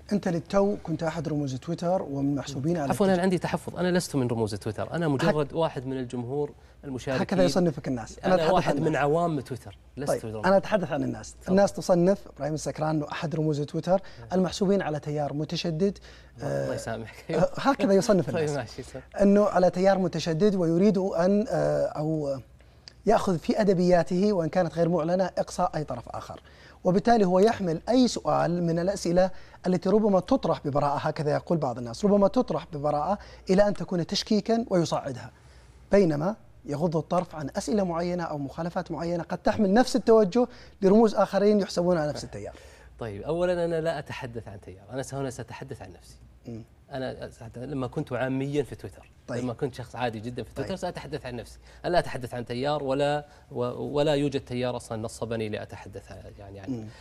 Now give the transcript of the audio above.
أنت للتو كنت أحد رموز تويتر ومن محسوبين على عفوا أنا عندي تحفظ، أنا لست من رموز تويتر، أنا مجرد واحد من الجمهور المشاركين. هكذا يصنفك الناس. أنا واحد من عوام تويتر، لست طيب أنا أتحدث عن الناس. الناس تصنف إبراهيم السكران أنه أحد رموز تويتر المحسوبين على تيار متشدد. الله يسامحك. هكذا يصنف الناس. طيب ماشي. أنه على تيار متشدد ويريد أن أو يأخذ في أدبياته وإن كانت غير معلنة إقصاء أي طرف آخر، وبالتالي هو يحمل أي سؤال من الأسئلة التي ربما تطرح ببراءة، هكذا يقول بعض الناس، ربما تطرح ببراءة إلى أن تكون تشكيكا ويصعدها، بينما يغض الطرف عن أسئلة معينة أو مخالفات معينة قد تحمل نفس التوجه لرموز آخرين يحسبون على نفس التيار. طيب أولا أنا لا أتحدث عن تيار، أنا هنا سأتحدث عن نفسي. أنا لما كنت عاميا في تويتر، طيب. لما كنت شخص عادي جدا في تويتر، طيب. سأتحدث عن نفسي. أنا لا أتحدث عن تيار ولا يوجد تيار أصلا نصبني لأتحدث يعني عنه.